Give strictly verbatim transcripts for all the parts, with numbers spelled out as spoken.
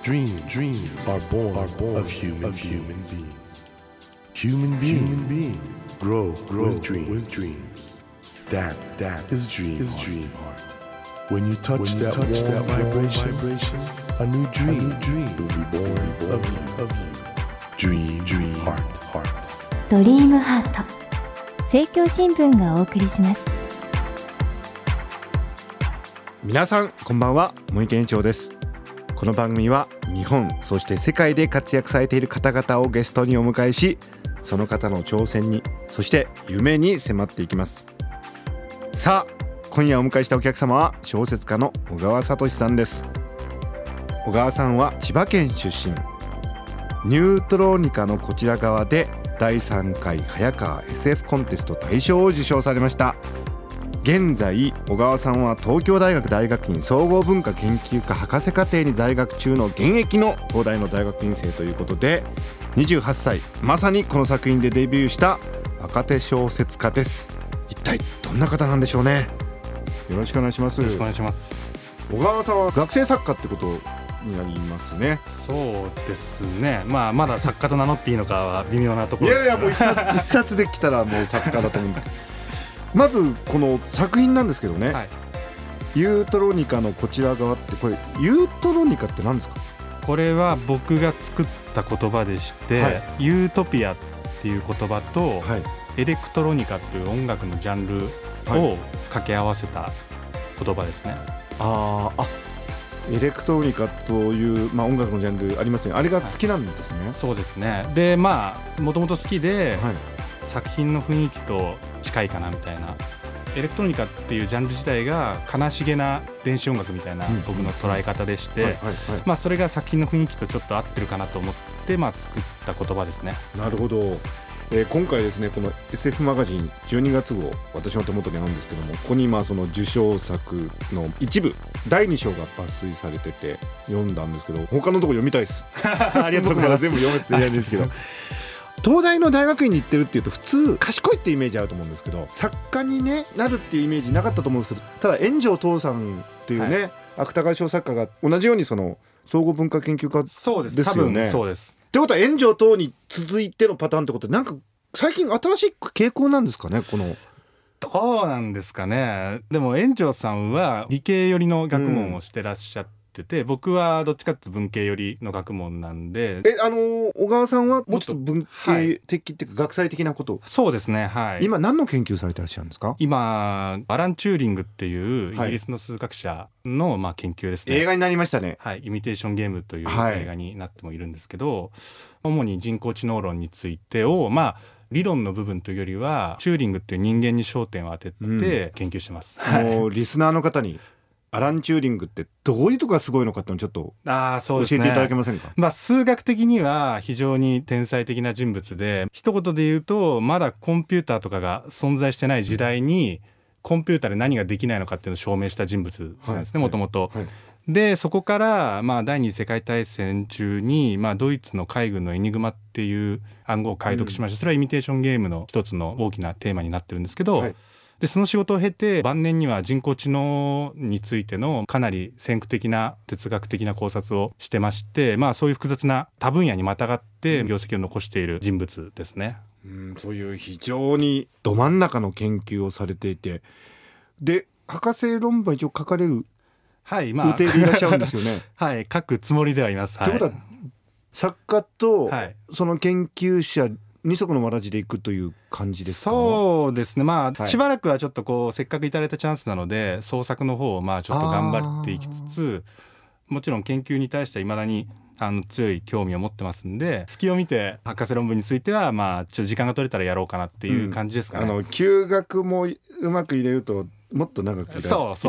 Dreams, dreams are born, are born of human, of human beings. Human beings, human beings grow, grow with dreams. With dreams. That, that is dream, is dream heart. When you touch, when you that, touch warm, that vibration, vibration, a new dream, a new dream will be born, born of you, of you. Dream, dream heart, heart. ドリームハート政教新聞がお送りします。 皆さんこんばんは、森健一郎です。この番組は日本そして世界で活躍されている方々をゲストにお迎えし、その方の挑戦にそして夢に迫っていきます。さあ今夜お迎えしたお客様は小説家の小川聡さんです。小川さんは千葉県出身、ニュートロニカのこちら側でだいさんかい早川 エスエフ コンテスト大賞を受賞されました。現在小川さんは東京大学大学院総合文化研究科博士課程に在学中の現役の東大の大学院生ということで、にじゅうはっさいまさにこの作品でデビューした若手小説家です。一体どんな方なんでしょうね。よろしくお願いします。 よろしくお願いします。 小川さんは学生作家ってことになりますね。 そうですね、まあ、まだ作家と名乗っていいのかは微妙なところです。 いやいやもう一冊一冊できたらもう作家だと思うんですけどまずこの作品なんですけどね、はい、ユートロニカのこちら側って、これユートロニカって何ですか？ これは僕が作った言葉でして、はい、ユートピアっていう言葉と、はい、エレクトロニカっていう音楽のジャンルを掛け合わせた言葉ですね。 ああ、エレクトロニカという、まあ、音楽のジャンルありますね。あれが好きなんですね。 はい、そうですね。でまあもともと好きで、はい、作品の雰囲気と近いかなみたいな。エレクトロニカっていうジャンル自体が悲しげな電子音楽みたいな僕の捉え方でして、まあそれが作品の雰囲気とちょっと合ってるかなと思って、まあ、作った言葉ですね。 なるほど。えー、今回ですねこの エスエフ マガジンじゅうにがつ号、私の手元にあるんですけども、ここにまあその受賞作の一部だいに章が抜粋されてて読んだんですけど、他のところ読みたいですありがとうございます。 全部読めてないんですけど東大の大学院に行ってるっていうと普通賢いってイメージあると思うんですけど、作家に、ね、なるっていうイメージなかったと思うんですけど、ただ炎上父さんっていうね、はい、芥川賞作家が同じようにその総合文化研究家ですよね。そうです、多分そうです。ってことは炎上等に続いてのパターンってことで、なんか最近新しい傾向なんですかね。このどうなんですかね。でも炎上さんは理系寄りの学問をしてらっしゃって、うん、僕はどっちかというと文系寄りの学問なんで、 えあの小川さんはもうちょっと文系的っていうか学際的なことを。 そうですね、はい。 今何の研究されてらっしゃるんですか？ 今アラン・チューリングっていうイギリスの数学者のまあ研究ですね。 映画になりましたね。 はい、イミテーションゲームという映画になってもいるんですけど、はい、主に人工知能論についてをまあ理論の部分というよりはチューリングっていう人間に焦点を当てて研究してます。 うん、もうリスナーの方にアラン・チューリングってどういうとこがすごいのかってちょっと教えていただけませんか？ まあ、数学的には非常に天才的な人物で、一言で言うとまだコンピューターとかが存在してない時代にコンピューターで何ができないのかっていうのを証明した人物なんですね、もともと。でそこからまあ第二次世界大戦中にまあドイツの海軍のエニグマっていう暗号を解読しました。それはイミテーションゲームの一つの大きなテーマになってるんですけど、はい、でその仕事を経て晩年には人工知能についてのかなり先駆的な哲学的な考察をしてまして、まあ、そういう複雑な多分野にまたがって業績を残している人物ですね。 うん、そういう非常にど真ん中の研究をされていて、で博士論文は一応書かれるはいまあ、 予定でいらっしゃるんですよね。 はい、書くつもりではいます。 ということは、はい、作家とその研究者二足のわらじでいくという感じですか？ そうですね、まあ、はい、しばらくはちょっとこうせっかくいただいたチャンスなので創作の方をまあちょっと頑張っていきつつ、もちろん研究に対してはいまだにあの強い興味を持ってますんで、隙を見て博士論文についてはまあちょっと時間が取れたらやろうかなっていう感じですかね。 うん、あの休学もうまく入れるともっと長くいられると思って、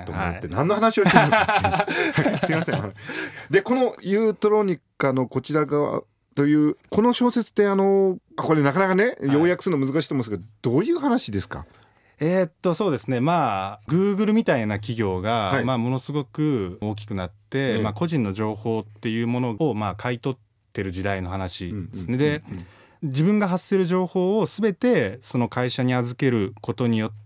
はい、何の話をしてるのかすいません。でこのユートロニカのこちら側というこの小説ってあのこれなかなかね要約するの難しいと思うんですけど、はい、どういう話ですか？ えー、っとそうですね、まあ Google みたいな企業が、はい、まあ、ものすごく大きくなって、まあ、個人の情報っていうものをまあ買い取ってる時代の話ですね。で自分が発せる情報を全てその会社に預けることによっ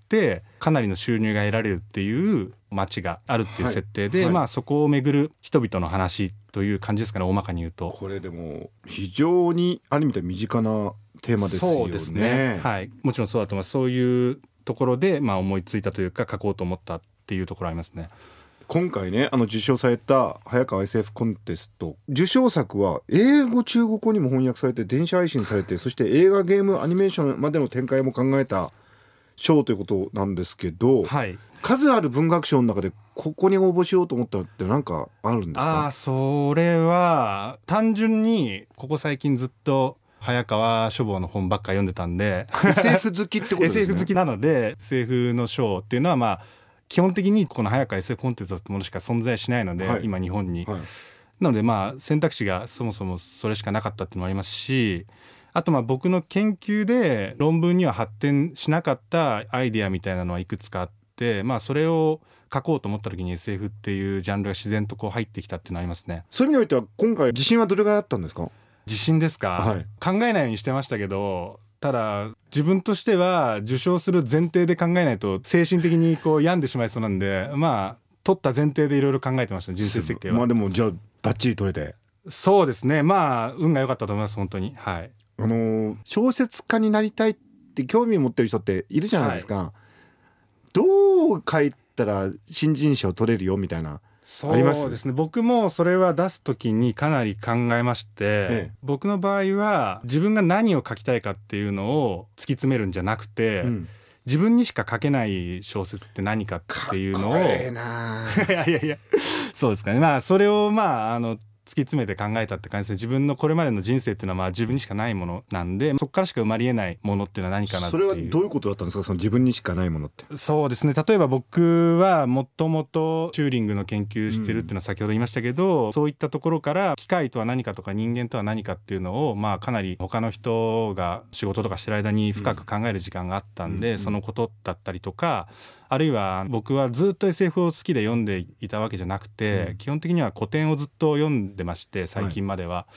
ってかなりの収入が得られるっていう町があるっていう設定で、 はいはい、 まあ、そこを巡る人々の話という感じですかね、大まかに言うと。 これでも非常にある意味で身近なテーマですよね。 そうですね、はい、もちろんそうだと思います。そういうところで、まあ、思いついたというか書こうと思ったっていうところありますね。 今回ねあの受賞された早川 エスエフ コンテスト、受賞作は英語中国語にも翻訳されて電子配信されて、そして映画ゲームアニメーションまでの展開も考えた賞ということなんですけど、 はい、 数ある文学賞の中でここに応募しようと思ったのって何かあるんですか？ あ、それは単純にここ最近ずっと早川書房の本ばっか読んでたんでエスエフ 好きってことですね。 エスエフ 好きなので エスエフ の賞っていうのはまあ基本的にこの早川 エスエフ コンテンツってものしか存在しないので、はい、今日本に、はい、なのでまあ選択肢がそもそもそれしかなかったっていうのもありますし、あとまあ僕の研究で論文には発展しなかったアイデアみたいなのはいくつかあって、まあ、それを書こうと思った時に エスエフ っていうジャンルが自然とこう入ってきたっていうのありますね。 そういう意味においては今回自信はどれぐらいあったんですか？ 自信ですか、はい、考えないようにしてましたけど、ただ自分としては受賞する前提で考えないと精神的にこう病んでしまいそうなんで、まあ取った前提でいろいろ考えてました、人生設計は。 まあでもじゃあバッチリ取れて。 そうですね、まあ運が良かったと思います本当に。はい、 あのー、小説家になりたいって興味を持ってる人っているじゃないですか、はい、どう書いたら新人賞取れるよみたいなあります？ そうですね、僕もそれは出す時にかなり考えまして、ええ、僕の場合は自分が何を書きたいかっていうのを突き詰めるんじゃなくて、うん、自分にしか書けない小説って何かっていうのを、かっこええないやいやいやそうですかね、まあそれをまああの突き詰めて考えたって感じで、自分のこれまでの人生っていうのはまあ自分にしかないものなんで、そこからしか生まれえないものっていうのは何かなっていう。 それはどういうことだったんですか、その自分にしかないものって。 そうですね、例えば僕はもともとチューリングの研究してるっていうのは先ほど言いましたけど、うん、そういったところから機械とは何かとか人間とは何かっていうのをまあかなり他の人が仕事とかしてる間に深く考える時間があったんで、うん、そのことだったりとか、あるいは僕はずっと エスエフ を好きで読んでいたわけじゃなくて、うん、基本的には古典をずっと読んでまして最近までは、はい、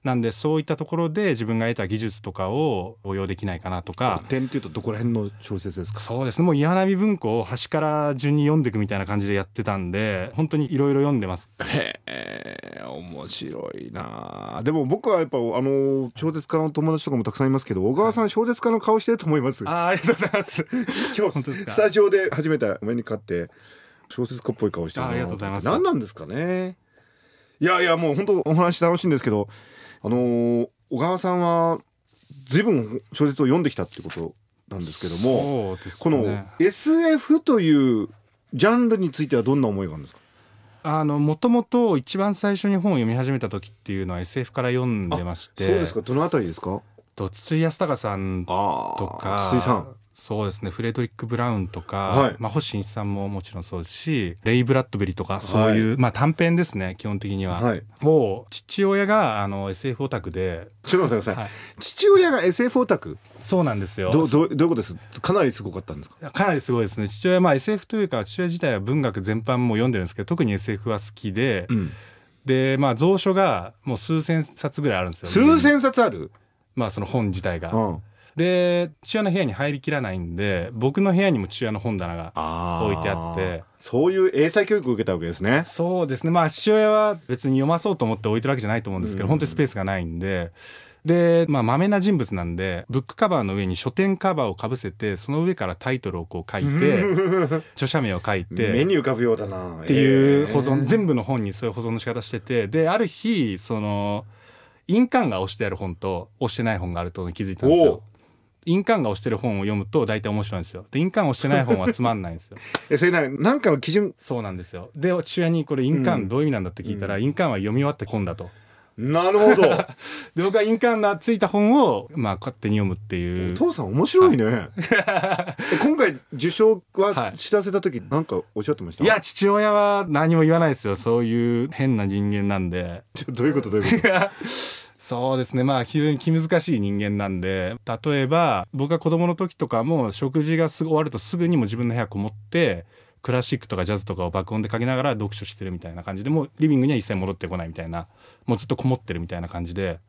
なんでそういったところで自分が得た技術とかを応用できないかなとか。 古典っていうとどこら辺の小説ですか？ そうですね、もう岩波文庫を端から順に読んでいくみたいな感じでやってたんで、本当にいろいろ読んでます。 へえ、面白いな。でも僕はやっぱあの小説家の友達とかもたくさんいますけど、小川さん、はい、小説家の顔してると思います。 あ、ありがとうございます今日スタジオで初めてお目にかかって小説家っぽい顔してるな。 ありがとうございます。 何なんですかね。いやいや、もう本当お話楽しいんですけど、あのー、小川さんは随分小説を読んできたってことなんですけども、そうですね、この エスエフ というジャンルについてはどんな思いがあるんですか？ あのもともと一番最初に本を読み始めた時っていうのは エスエフ から読んでまして。 そうですか、どのあたりですか？ と筒井康隆さんとか、 筒井さん、 そうですね、フレドリック・ブラウンとか、 はい、 まあ、星新一さんももちろんそうですし、レイ・ブラッドベリーとか、そういう、はい、まあ、短編ですね基本的には、はい、を父親があの エスエフ オタクで。 ちょっと待ってください、はい、父親が エスエフ オタク？ そうなんですよ。 ど, ど, どういうことです？かなりすごかったんですか？ かなりすごいですね。父親は、まあ、エスエフ というか父親自体は文学全般も読んでるんですけど、特に エスエフ は好きで、うん、で、まあ、蔵書がもう数千冊ぐらいあるんですよ。 数千冊ある？ まあ、その本自体が、うん、で父親の部屋に入りきらないんで、僕の部屋にも父親の本棚が置いてあって、 そういう英才教育を受けたわけですね。 そうですね、まあ父親は別に読まそうと思って置いてるわけじゃないと思うんですけど、うん、本当にスペースがないんで、でまあまめな人物なんで、ブックカバーの上に書店カバーをかぶせて、その上からタイトルをこう書いて著者名を書いて目に浮かぶようだなっていう保存、えー、全部の本にそういう保存の仕方してて、である日その印鑑が押してある本と押してない本があると気づいたんですよ。印鑑が押してる本を読むと大体面白いんですよ。で印鑑を押してない本はつまんないんですよえそれな何かの基準？ そうなんですよ。で父親にこれ印鑑どういう意味なんだって聞いたら、うん、印鑑は読み終わった本だと。 なるほどで僕は印鑑がついた本をまあ勝手に読むっていう。 お父さん面白いね、はい、今回受賞は知らせた時何かおっしゃってました？ いや父親は何も言わないですよ。そういう変な人間なんで。 どういうことどういうことそうですね、まあ非常に気難しい人間なんで、例えば僕が子供の時とかも食事がすぐ終わるとすぐにも自分の部屋こもってクラシックとかジャズとかを爆音でかけながら読書してるみたいな感じで、もうリビングには一切戻ってこないみたいな、もうずっとこもってるみたいな感じで。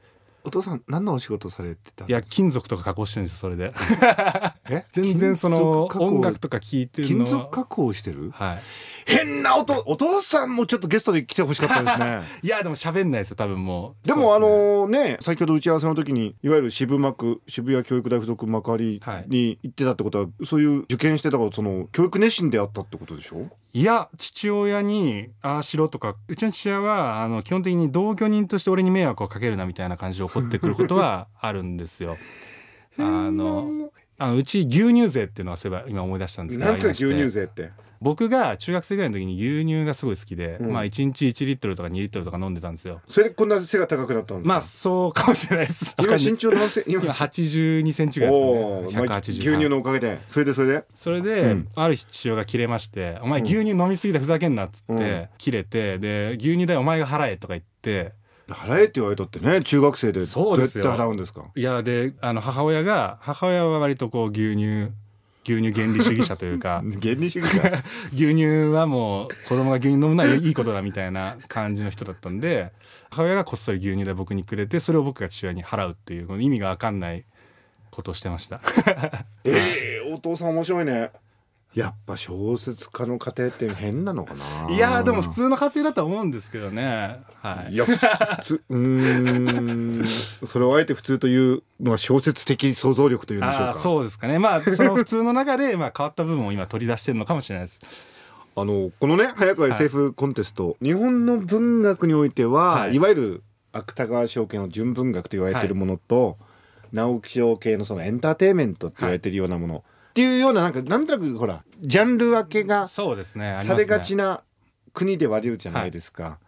お父さん何のお仕事されてたんいやですか？ 金属とか加工してるんですそれでえ全然その金属加工音楽とか聞いてるのは金属加工してる、 はい変なおとお父さんもちょっとゲストで来てほしかったですねいやでも喋んないですよ多分もうでもあそうすねのね先ほど打ち合わせの時にいわゆる渋幕渋谷教育大附属幕張に行ってたってことは、はい、そういう受験してたからその教育熱心であったってことでしょ？ いや父親にああしろとかうちの父親はあの基本的に同居人として俺に迷惑をかけるなみたいな感じで怒ってくることはあるんですよあのあのうち牛乳税っていうのはそういえば今思い出したんですけど何ですか牛乳税って？ 僕が中学生ぐらいの時に牛乳がすごい好きで、 うん、 まあいちにちいちリットルとかにリットルとか飲んでたんですよ。 それでこんな背が高くなったんですか？ まあそうかもしれないです今身長何センチ？ 今はちじゅうにセンチぐらいですかね。ひゃくはちじゅう、 牛乳のおかげでそれでそれでそれで、うん、ある日父親が切れまして「お前牛乳飲みすぎてふざけんな」っつって、うん、切れてで牛乳代お前が払えとか言って払えって言われたってね中学生でどうやって払うんですか？ いやであの母親が母親は割とこう牛乳牛乳原理主義者というか原理主義者牛乳はもう子供が牛乳飲むのはいいことだみたいな感じの人だったんで母親がこっそり牛乳で僕にくれてそれを僕が父親に払うっていうこの意味が分かんないことをしてましたえー、お父さん面白いね。やっぱ小説家の家庭って変なのかな。 いやでも普通の家庭だと思うんですけどね、はい、 いや普通うーんそれをあえて普通というのは小説的想像力というんでしょうか。 あそうですかね。まあその普通の中でまあ変わった部分を今取り出してるのかもしれないです。 あのこのね早川 エスエフ コンテスト、はい、日本の文学においては、はい、いわゆる芥川賞系の純文学と言われているものと、はい、直木賞系のそのエンターテインメントって言われているようなもの、はいっていうようななんかなんとなくほらジャンル分けがされがちな国ではあるじゃないですか、はい、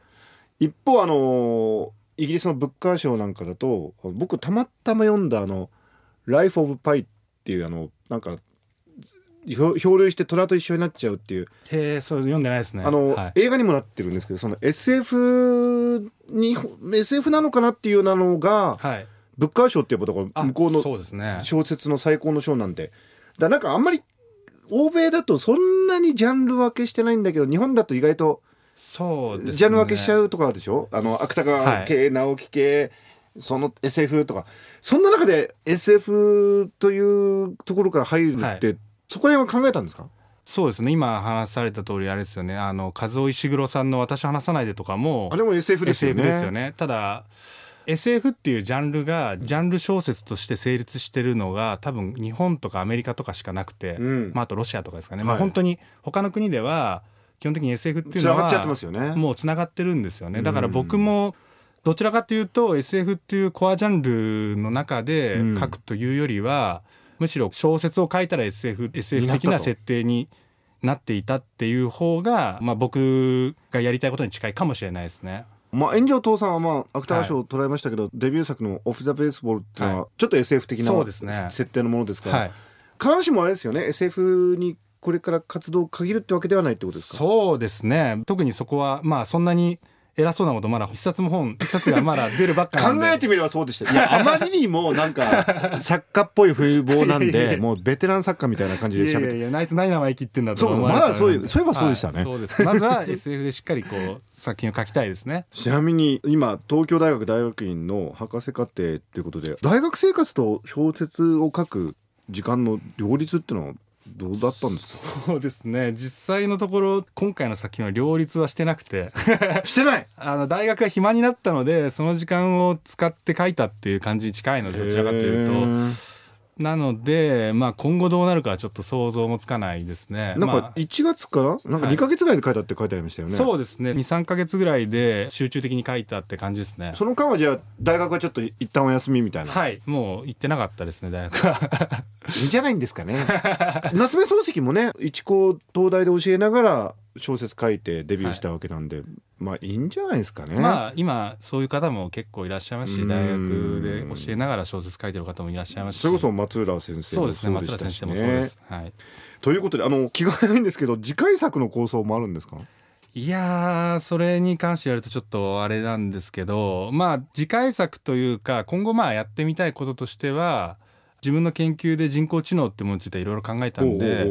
一方あのイギリスのブッカー賞なんかだと僕たまたま読んだあのライフオブパイっていうあのなんか漂流して虎と一緒になっちゃうっていうへえそう読んでないですねあの、 はい、 映画にもなってるんですけどその エスエフ に エスエフ なのかなっていうようなのが、はい、ブッカー賞っていうことが向こうの小説の最高の賞なんでだなんかあんまり欧米だとそんなにジャンル分けしてないんだけど日本だと意外とそうですねジャンル分けしちゃうとかでしょ。あの芥川系、はい、直木系その エスエフ とかそんな中で エスエフ というところから入るって、はい、そこら辺は考えたんですか？ そうですね今話された通りあれですよねあの和尾石黒さんの私は話さないでとかもあれも エスエフ ですよね。 エスエフ ですよね。ただエスエフ っていうジャンルがジャンル小説として成立してるのが多分日本とかアメリカとかしかなくて、うんまあ、あとロシアとかですかね、はいまあ、本当に他の国では基本的に エスエフ っていうのはもうつながってるんですよね。だから僕もどちらかというと エスエフ っていうコアジャンルの中で書くというよりは、むしろ小説を書いたら エスエフ、エスエフ 的な設定になっていたっていう方が、まあ、僕がやりたいことに近いかもしれないですね。 まあ、炎上父さんはまあ芥川賞を捉えましたけど、はい、デビュー作のオフ・ザ・ベースボールっていうのはちょっと エスエフ 的な、はい、設定のものですから、はい、必ずしもあれですよね エスエフ にこれから活動を限るってわけではないってことですか？ そうですね特にそこはまあそんなに偉そうなことまだ一冊も本一冊がまだ出るばっかなんで考えてみればそうでした。いやあまりにもなんか作家っぽい風貌なんでもうベテラン作家みたいな感じでしゃべっていやいやあいつ何生意気ってんだと思われたらそうまだそうそういえばそうでしたね、 はい、そうですまずは エスエフ でしっかりこう作品を書きたいですね。 ちなみに今東京大学大学院の博士課程っていうことで大学生活と小説を書く時間の両立っていうのはどうだったんですか？ そうですね実際のところ今回の作品は両立はしてなくてしてないあの大学が暇になったのでその時間を使って書いたっていう感じに近いのでどちらかというとなので、まあ、今後どうなるかはちょっと想像もつかないですね。 なんかいちがつからなんかにかげつぐらいで書いたって書いてありましたよね、 はい、そうですね にさんかげつぐらいで集中的に書いたって感じですね。 その間はじゃあ大学はちょっと一旦お休みみたいな。 はいもう行ってなかったですね大学はいいんじゃないんですかね夏目漱石もね一高東大で教えながら小説書いてデビューしたわけなんで、はい、まあいいんじゃないですかね。 まあ今そういう方も結構いらっしゃいますし大学で教えながら小説書いてる方もいらっしゃいますしそれこそ松浦先生もそうでしたしね。そうですね松浦先生もそうです、はい、ということであの気が早いんですけど次回作の構想もあるんですか？ いやーそれに関してやるとちょっとあれなんですけどまあ次回作というか今後まあやってみたいこととしては自分の研究で人工知能ってものについていろいろ考えたんでおうおう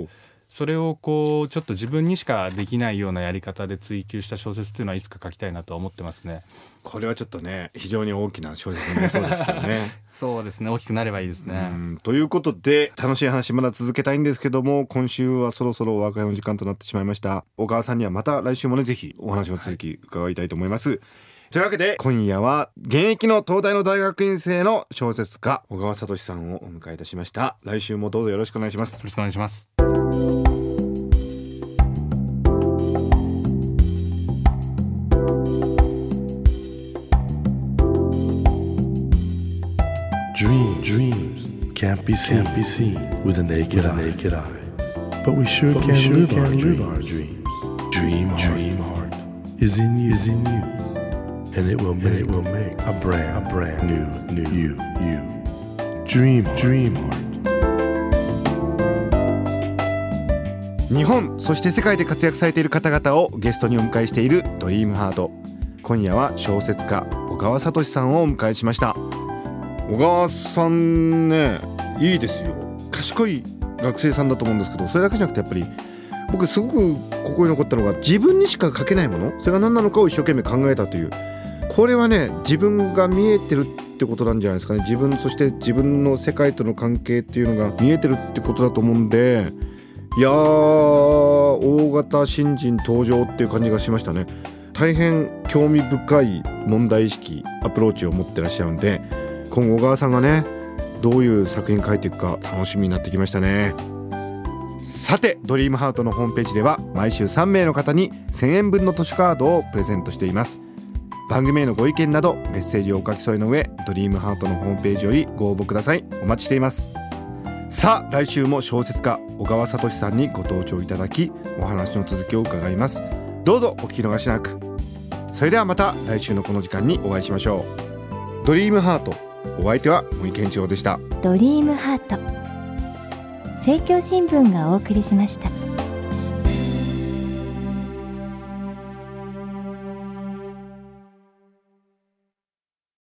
それをこうちょっと自分にしかできないようなやり方で追求した小説っていうのはいつか書きたいなと思ってますね。 これはちょっとね非常に大きな小説になりそうですけどねそうですね、大きくなればいいですね。 うんということで楽しい話まだ続けたいんですけども、今週はそろそろお別れの時間となってしまいました。小川さんにはまた来週もねぜひお話の続き伺いたいと思います、はい、というわけで今夜は現役の東大の大学院生の小説家小川聡さんをお迎えいたしました。来週もどうぞよろしくお願いします。 よろしくお願いします。 Dream, dreams can't be seen, can't be seen with a naked, with a naked eye. eye. But we sure but can, we sure live, can our live our dreams. Dream, dream heart, heart is in you, is in you, and it will make, it will make a brand, a brand new, new you, you. Dream, dream heart. 日本そして世界で活躍されている方々をゲストにお迎えしているドリームハート。今夜は小説家小川聡さんをお迎えしました。小川さんねいいですよ。賢い学生さんだと思うんですけど、それだけじゃなくてやっぱり僕すごく心に残ったのが自分にしか書けないもの、それが何なのかを一生懸命考えたという、これはね自分が見えてるってことなんじゃないですかね。自分そして自分の世界との関係っていうのが見えてるってことだと思うんで、いやー大型新人登場っていう感じがしましたね。大変興味深い問題意識アプローチを持ってらっしゃるんで、今後小川さんがねどういう作品書いていくか楽しみになってきましたね。さてドリームハートのホームページでは毎週さんめいの方にせんえんぶんの図書カードをプレゼントしています。番組へのご意見などメッセージをお書き添えの上ドリームハートのホームページよりご応募ください。お待ちしています。さあ来週も小説家小川聡さんにご登場いただきお話の続きを伺います。どうぞお聞き逃しなく。それではまた来週のこの時間にお会いしましょう。ドリームハート、お相手は森健一郎でした。 ドリームハート、政教新聞がお送りしました。